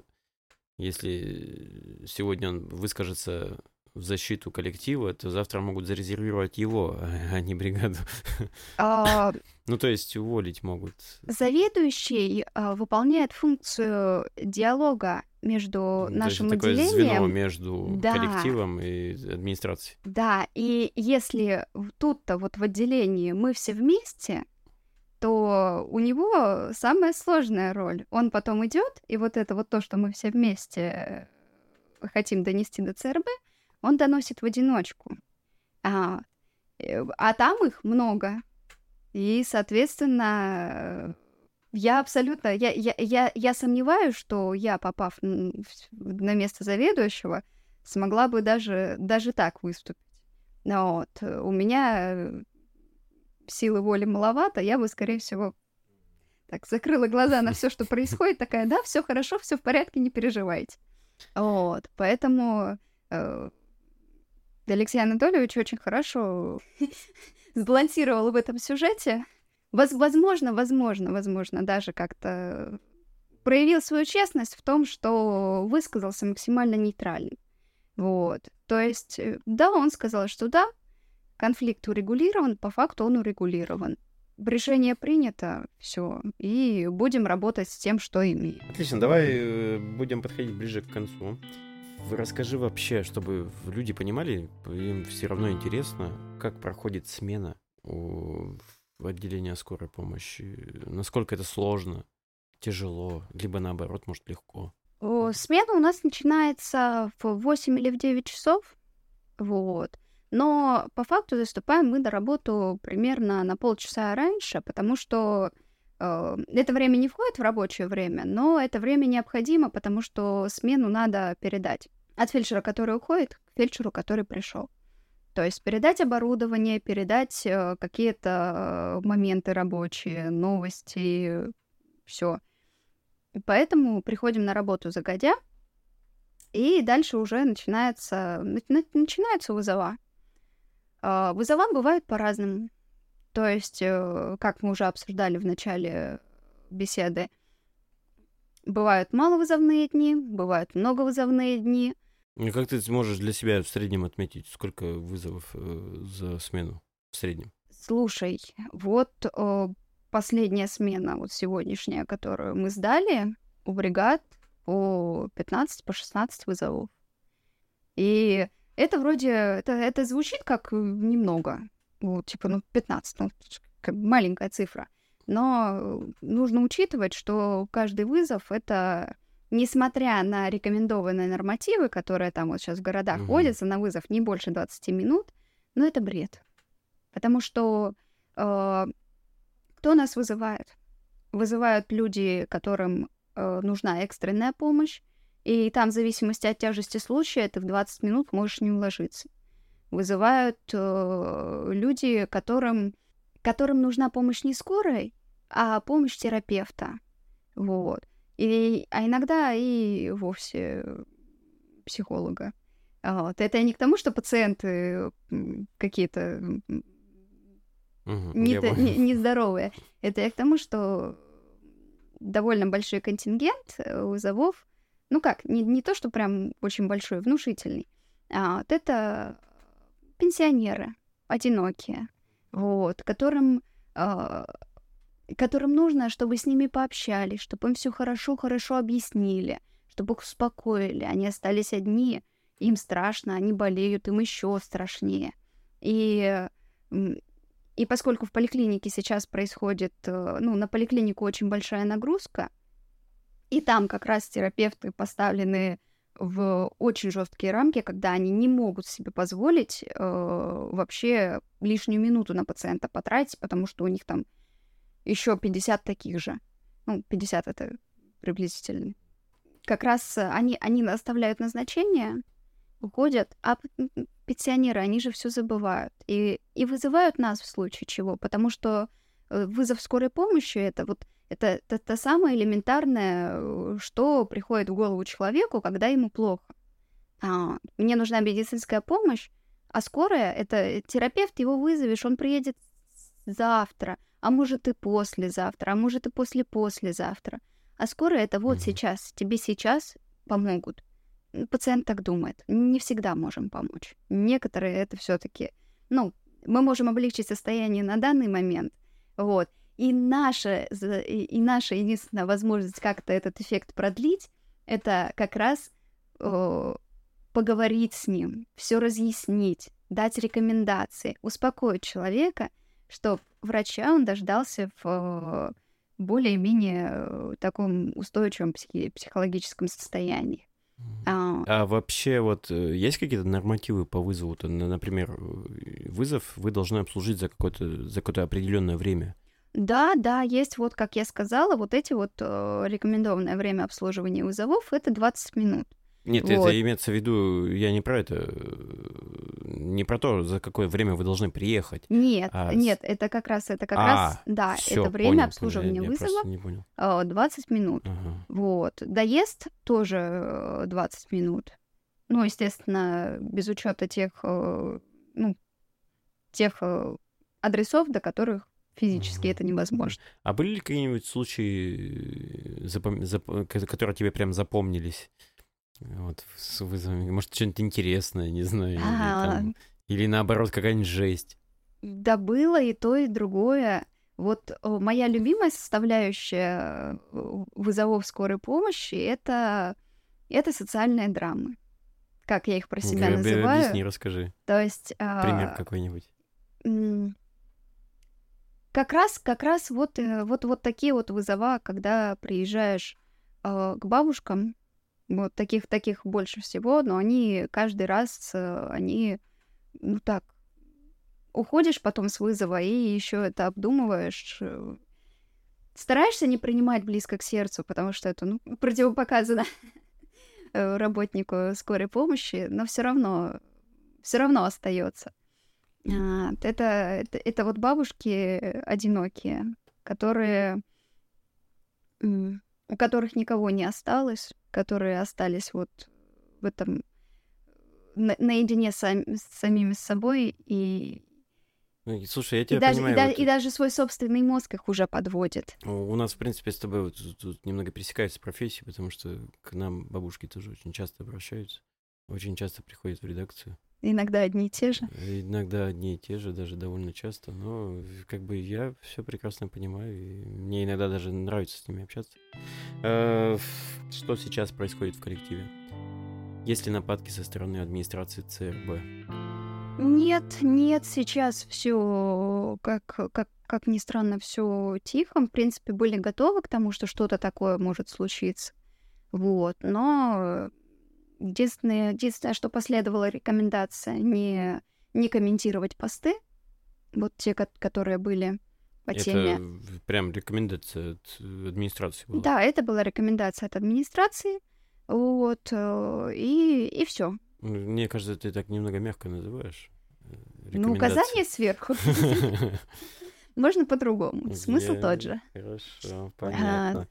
если сегодня он выскажется в защиту коллектива, то завтра могут зарезервировать его, а не бригаду. А, Ну, то есть уволить могут. Заведующий а, выполняет функцию диалога между Ну, то есть нашим это такое звено отделением. между Да. коллективом и администрацией. Да, и если в- тут-то вот в отделении мы все вместе, то у него самая сложная роль. Он потом идет, и вот это вот то, что мы все вместе э, хотим донести до ЦРБ, он доносит в одиночку. А, э, а там их много. И, соответственно, э, я абсолютно... Я, я, я, я сомневаюсь, что я, попав н- в- на место заведующего, смогла бы даже, даже так выступить. Ну вот. э, У меня э, силы воли маловато, я бы, скорее всего, так закрыла глаза на все, что происходит, такая, да, все хорошо, все в порядке, не переживайте. Вот. Поэтому э, Алексей Анатольевич очень хорошо сбалансировал в этом сюжете. Воз- возможно, возможно, возможно, даже как-то проявил свою честность в том, что высказался максимально нейтрально. Вот. То есть, э, да, он сказал, что да, конфликт урегулирован, по факту он урегулирован. решение принято, все, и будем работать с тем, что имеем. Отлично, давай э, будем подходить ближе к концу. Расскажи вообще, чтобы люди понимали, им все равно интересно, как проходит смена у, в отделении скорой помощи, насколько это сложно, тяжело, либо наоборот, может, легко. О, смена у нас начинается в восемь или в девять часов, вот. Но по факту заступаем мы на работу примерно на полчаса раньше, потому что э, это время не входит в рабочее время, но это время необходимо, потому что смену надо передать от фельдшера, который уходит, к фельдшеру, который пришел. То есть передать оборудование, передать э, какие-то э, моменты рабочие, новости, все. Поэтому приходим на работу загодя, и дальше уже начинается, начинаются вызова. Вызова бывают по-разному. То есть, как мы уже обсуждали в начале беседы, бывают маловызовные дни, бывают многовызовные дни. И как ты можешь для себя в среднем отметить, сколько вызовов э, за смену в среднем? Слушай, вот э, последняя смена, вот сегодняшняя, которую мы сдали, у бригад по пятнадцать, по шестнадцать вызовов. И это вроде, это, это звучит как немного, вот, типа, ну, пятнадцать, ну, как маленькая цифра. Но нужно учитывать, что каждый вызов — это, несмотря на рекомендованные нормативы, которые там вот сейчас в городах Мгм. вводятся, на вызов не больше двадцати минут, но это бред. Потому что э, кто нас вызывает? Вызывают люди, которым э, нужна экстренная помощь, и там, в зависимости от тяжести случая, ты в двадцать минут можешь не уложиться. Вызывают э, люди, которым, которым нужна помощь не скорой, а помощь терапевта. Вот. И, а иногда и вовсе психолога. Вот. Это не к тому, что пациенты м, какие-то м, Мгм, не я то- понял. не- нездоровые. Это я к тому, что довольно большой контингент э, вызовов, ну как, не, не то, что прям очень большой, внушительный, а вот это пенсионеры, одинокие, вот, которым, э, которым нужно, чтобы с ними пообщались, чтобы им все хорошо-хорошо объяснили, чтобы их успокоили. Они остались одни, им страшно, они болеют, им еще страшнее. И, м, и поскольку в поликлинике сейчас происходит, э, ну, на поликлинику очень большая нагрузка, и там как раз терапевты поставлены в очень жесткие рамки, когда они не могут себе позволить э, вообще лишнюю минуту на пациента потратить, потому что у них там еще пятьдесят таких же. Ну, пятьдесят это приблизительно. Как раз э, они, они оставляют назначение, уходят, а п- м, пенсионеры, они же все забывают. И, и вызывают нас в случае чего, потому что э, вызов скорой помощи — это вот это, это то самое элементарное, э, что приходит в голову человеку, когда ему плохо. А, мне нужна медицинская помощь, а скорая — это терапевт, его вызовешь, он приедет завтра, а может и послезавтра, а может и после-послезавтра. А скорая — это вот Мгм. сейчас, тебе сейчас помогут. М, Пациент так думает. Не всегда можем помочь. Некоторые это все-таки, ну, мы можем облегчить состояние на данный момент, вот. И наша, за- и, и наша единственная возможность как-то этот эффект продлить, это как раз э, поговорить с ним, все разъяснить, дать рекомендации, успокоить человека, что врача он дождался в э, более-менее э, таком устойчивом психи- психологическом состоянии. А, А вообще вот э, есть какие-то нормативы по вызову? То, на- например, э, вызов вы должны обслужить за какое-то за какое-то определенное время. Да, да, есть вот, как я сказала, вот эти вот э, рекомендованное время обслуживания вызовов — это двадцать минут. Нет, Вот. это имеется в виду, я не про это, э, не про то, за какое время вы должны приехать. Нет, А, нет, с- это как раз, это как а, раз, да, всё, это время понял, понял, обслуживания я, я вызова просто не понял. э, двадцать минут. Ага. Вот. Доезд тоже э, двадцать минут. Ну, естественно, без учета тех, э, ну, тех э, адресов, до которых физически Мгм. это невозможно. А были ли какие-нибудь случаи, э, запом- зап- ко- которые тебе прям запомнились? Вот, с вызовами. Может, что-нибудь интересное, не знаю, или А, там, или наоборот, какая-нибудь жесть. Да было и то, и другое. Вот э, моя любимая составляющая э, вызовов скорой помощи это, это социальные драмы, как я их про себя Г- называю. Объясни, расскажи. То есть Пример а, какой-нибудь. м, как раз, как раз вот, э, вот, вот такие вот вызова, когда приезжаешь э, к бабушкам, вот таких, таких больше всего, но они каждый раз, э, они, ну так, уходишь потом с вызова и еще это обдумываешь. э, Стараешься не принимать близко к сердцу, потому что это, ну, противопоказано э, работнику скорой помощи, но все равно, все равно остается. А, Это, это, это вот бабушки одинокие, которые, м, у которых никого не осталось, которые остались вот в этом на- наедине сам- с самими собой, и, Ну, и, слушай, я и, тебя даже, и, понимаю. да- вот, и даже свой собственный мозг их уже подводит. у у нас, в принципе, с тобой вот тут тут немного пересекаются профессии, потому что к нам бабушки тоже очень часто обращаются, очень часто приходят в редакцию. Иногда одни и те же. Иногда одни и те же, даже довольно часто, но э, как бы я все прекрасно понимаю, и мне иногда даже нравится с ними общаться. Э, Что сейчас происходит в коллективе? Есть ли нападки со стороны администрации ЦРБ? Нет, нет, сейчас все, как, как, как ни странно, все тихо. В принципе, были готовы к тому, что что-то такое может случиться. Вот, но единственное, единственное, что последовала рекомендация не, не комментировать посты, вот те, ко- которые были по теме. Это в- прям рекомендация от э, администрации была. Да, это была рекомендация от администрации, вот, э, и, и все. Ну, мне кажется, ты так немного мягко называешь. э, Ну, указание сверху. рекомендации. Можно по-другому. Смысл Я- тот же. Хорошо, понятно.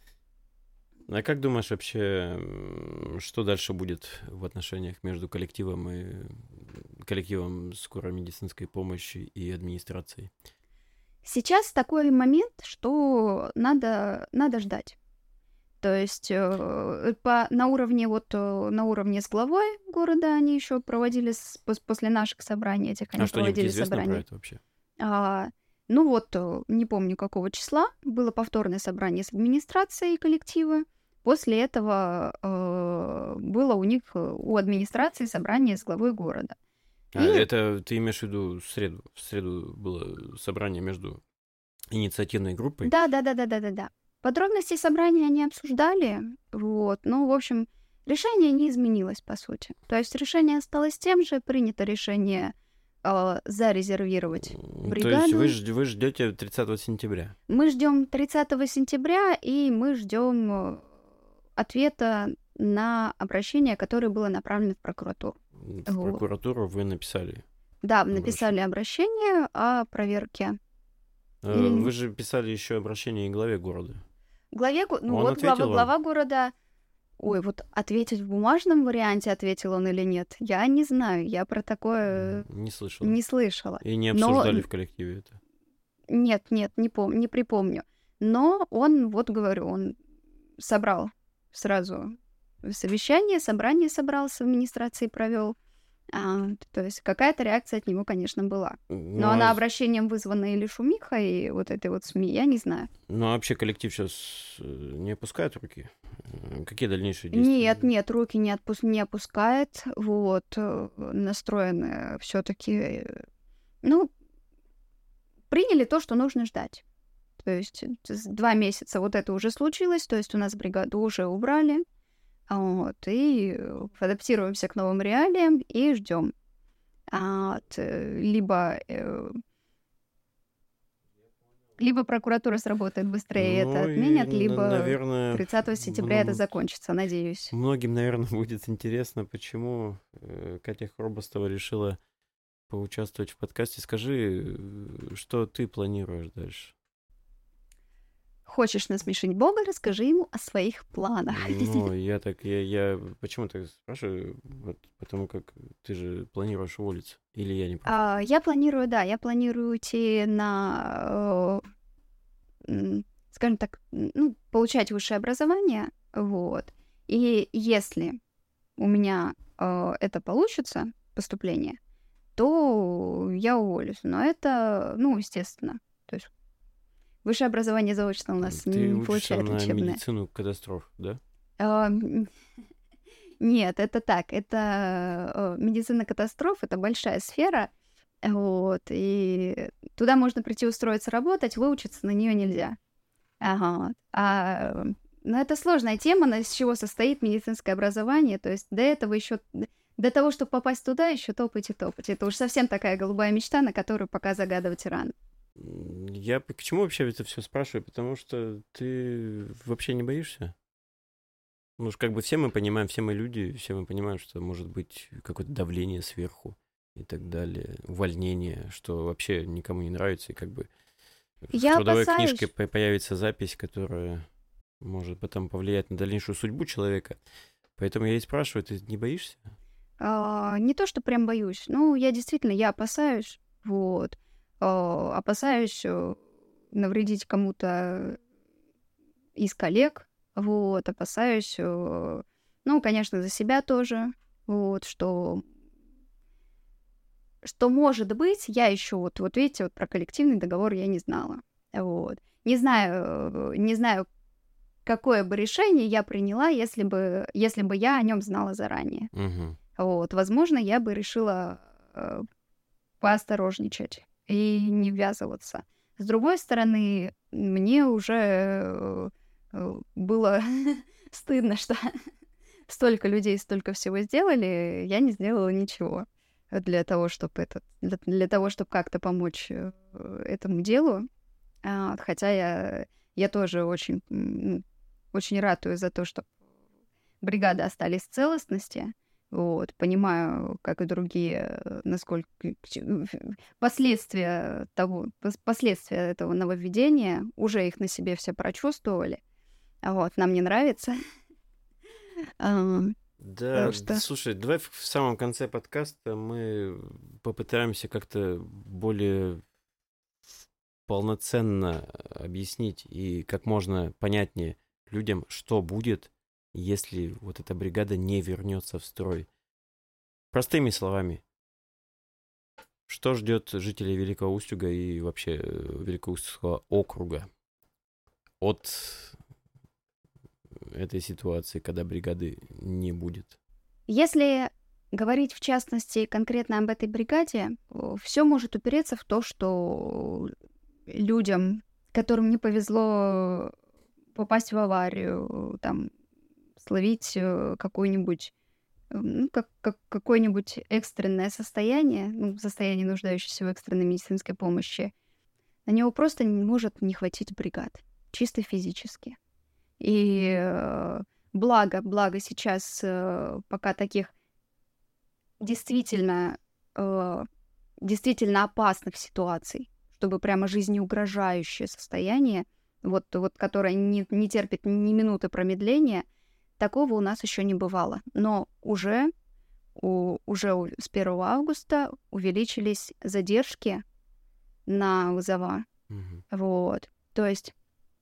А как думаешь вообще, м, что дальше будет в отношениях между коллективом и коллективом скорой медицинской помощи и администрацией? Сейчас такой момент, что надо, надо ждать. То есть э, по, на уровне вот э, на уровне с главой города они еще проводили с- пос- после наших собраний этих они А что-нибудь проводили известно про собрания. это вообще? А, ну вот э, не помню какого числа было повторное собрание с администрацией коллектива. После этого э, было у них э, у администрации собрание с главой города. А, И- это ты имеешь в виду в среду? В среду было собрание между инициативной группой? Да, да, да, да, да, да, да. Подробности собрания они обсуждали, вот. Ну, в общем, решение не изменилось, по сути. То есть решение осталось тем же, принято решение э, зарезервировать М, То бригаду. есть вы, ж- вы ждете тридцатого сентября? Мы ждем тридцатого сентября, и мы ждем э, ответа на обращение, которое было направлено в прокуратуру. В Вот. прокуратуру вы написали. Да, написали обращение о проверке. Э, Или- Вы же писали еще обращение и главе города. Главе, го- ну Он вот глава, ответил вам? глава города. Ой, вот ответить в бумажном варианте, ответил он или нет, я не знаю, я про такое Не слышал. не слышала. И не Но- обсуждали в коллективе это. Нет, нет, не пом, не припомню. Но он, вот говорю, он собрал сразу совещание, собрание собрал, с администрацией провел. А, то есть какая-то реакция от него, конечно, была. Ну, Но а она с- обращением вызвана или шумихой, и вот этой вот СМИ, я не знаю. ну, а вообще коллектив сейчас не опускает руки? Э, Какие дальнейшие действия? Нет, нет, руки не, отпус- не опускает, вот, э, настроены все таки ну, приняли то, что нужно ждать. То есть э, с- два месяца вот это уже случилось, то есть у нас бригаду уже убрали, а вот, и э, адаптируемся к новым реалиям и ждем. А, т- либо э, либо прокуратура сработает быстрее, и это Ну, и, отменят, н- либо наверное, тридцатого сентября это мно- закончится, надеюсь. Многим, наверное, будет интересно, почему э, Катя Хробостова решила поучаствовать в подкасте. Скажи, э, что ты планируешь дальше? Хочешь насмешить Бога, расскажи ему о своих планах. Ну, я так, я, я почему так спрашиваю? Вот, потому как ты же планируешь уволиться. Или я не прав? А, Я планирую, да, я планирую уйти на, э, м, скажем так, м, ну, получать высшее образование, вот. И если у меня э, это получится, поступление, то я уволюсь. Но это, ну, естественно, то есть Высшее образование заочно у нас Ты не, не учишься получает на учебное. медицину катастроф, да? А, м, Нет, это так. Это э, медицина катастроф, это большая сфера. Вот, и туда можно прийти устроиться работать, выучиться на нее нельзя. Ага. А, ну, это сложная тема, на- из чего состоит медицинское образование. То есть до этого еще, до того, чтобы попасть туда, еще топать и топать. Это уж совсем такая голубая мечта, на которую пока загадывать рано. М, Я п- к чему вообще это все спрашиваю? Потому что ты вообще не боишься? Ну, уж как бы все мы понимаем, все мы люди, все мы понимаем, что может быть какое-то давление сверху и так далее, увольнение, что вообще никому не нравится, и как бы в Я трудовой книжке опасаюсь. по- появится запись, которая может потом повлиять на дальнейшую судьбу человека. Поэтому я и спрашиваю, ты не боишься? А, не то, что прям боюсь. Ну, я действительно, я опасаюсь. Вот. А, опасаюсь э, навредить кому-то из коллег. Вот. Опасаюсь, э, ну, конечно, за себя тоже. Вот, что что может быть, я еще вот, вот видите, вот про коллективный договор я не знала. Вот. Не знаю, э, не знаю, какое бы решение я приняла, если бы, если бы я о нем знала заранее. Угу. Вот. Возможно, я бы решила э, поосторожничать и не ввязываться. С другой стороны, мне уже э, э, было стыдно, что столько людей столько всего сделали, я не сделала ничего для того, чтобы этот, для, для того, чтобы как-то помочь э, этому делу. А, хотя я, я тоже очень, м, ну, очень ратую за то, чтобы бригады остались в целостности. Вот, понимаю, как и другие, э, насколько к- последствия того, пос- последствия этого нововведения, уже их на себе все прочувствовали. Вот, нам не нравится. А, Да, Так д- что слушай, давай в в самом конце подкаста мы попытаемся как-то более полноценно объяснить и как можно понятнее людям, что будет, если вот эта бригада не вернется в строй. Простыми словами, что ждет жителей Великого Устюга и вообще э, Великоустюгского округа от этой ситуации, когда бригады не будет? если говорить в частности конкретно об этой бригаде, все может упереться в то, что людям, которым не повезло попасть в аварию, там, словить э, какой-нибудь, э, ну, как, как какое-нибудь экстренное состояние, ну, состояние, нуждающееся в экстренной медицинской помощи, на него просто не может не хватить бригад, чисто физически. И э, благо, благо сейчас э, пока таких действительно, э, действительно опасных ситуаций, чтобы прямо жизнеугрожающее состояние, вот, вот которое не, не терпит ни минуты промедления, такого у нас еще не бывало. Но уже, у, уже у- с первого августа увеличились задержки на вызова. Мгм. Вот. То есть,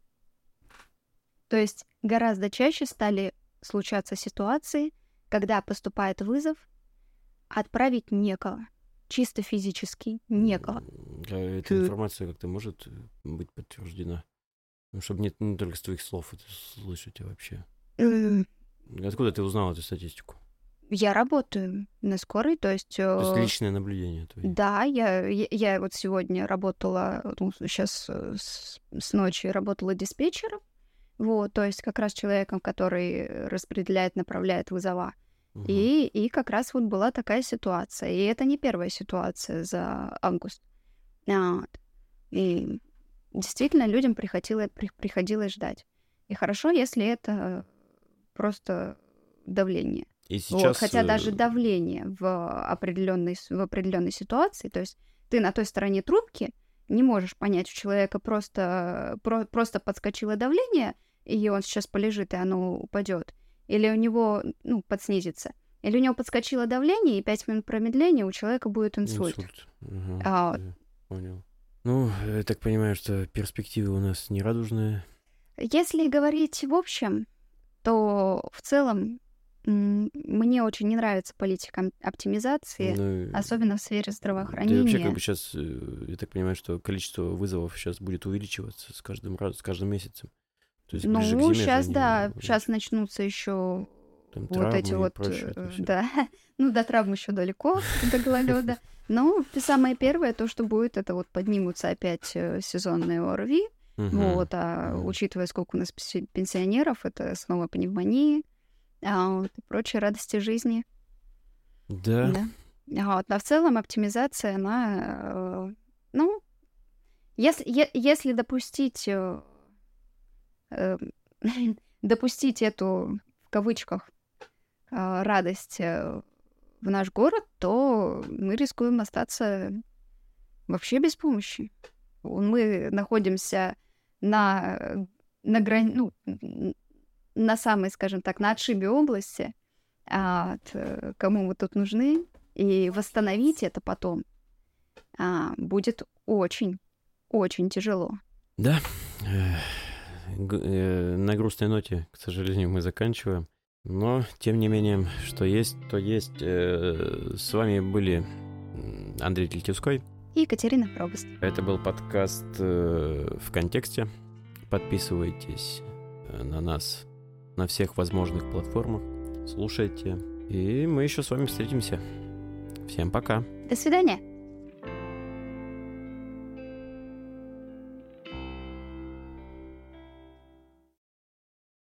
то есть гораздо чаще стали случаться ситуации, когда поступает вызов, а отправить некого. Чисто физически некого. М, а эта Ты- информация как-то может э, быть подтверждена? Ну, чтобы не, не только с твоих слов это слышать а вообще. М, Откуда ты узнал эту статистику? Я работаю на скорой, то есть... То есть э, личное наблюдение твое. Да, я, я, я вот сегодня работала, ну, сейчас с, с ночи работала диспетчером, вот, то есть как раз человеком, который распределяет, направляет вызова. Мгм. И, и как раз вот была такая ситуация. И это не первая ситуация за август. А, вот. И действительно людям приходило, при- приходилось ждать. И хорошо, если это просто давление. И Вот, сейчас... хотя э, даже давление в определенной, с- в определенной ситуации, то есть ты на той стороне трубки не можешь понять, у человека просто, про- просто подскочило давление, и он сейчас полежит, и оно упадет, или у него, ну, подснизится, или у него подскочило давление, и пять минут промедления, у человека будет инсульт. Инсульт. Ага, А, я понял. Ну, я так понимаю, что перспективы у нас нерадужные. Если говорить в общем, то в целом мне очень не нравится политика оптимизации, ну, особенно в сфере здравоохранения. Да, вообще, как бы сейчас, я так понимаю, что количество вызовов сейчас будет увеличиваться с каждым разом, с каждым месяцем. То есть ну, сейчас, да, сейчас начнутся еще вот эти вот, прочее, да, ну, до травм еще далеко, до гололеда. Но самое первое, то, что будет, это вот поднимутся опять сезонные ОРВИ, вот, а учитывая, сколько у нас пенсионеров, это снова пневмонии, а, вот, и прочие радости жизни. Да. да. Вот, а в целом оптимизация, она, ну, если, если допустить, э, допустить эту, в кавычках, радость в наш город, то мы рискуем остаться вообще без помощи. Мы находимся на, на грани, ну, на самой, скажем так, на отшибе области, а, от, кому мы тут нужны, и восстановить это потом а, будет очень, очень тяжело. Да, на грустной ноте, к сожалению, мы заканчиваем. Но, тем не менее, что есть, то есть. С вами были Андрей Тельтевской и Екатерина Фробост. Это был подкаст «В контексте». Подписывайтесь на нас на всех возможных платформах, слушайте. И мы еще с вами встретимся. Всем пока. До свидания.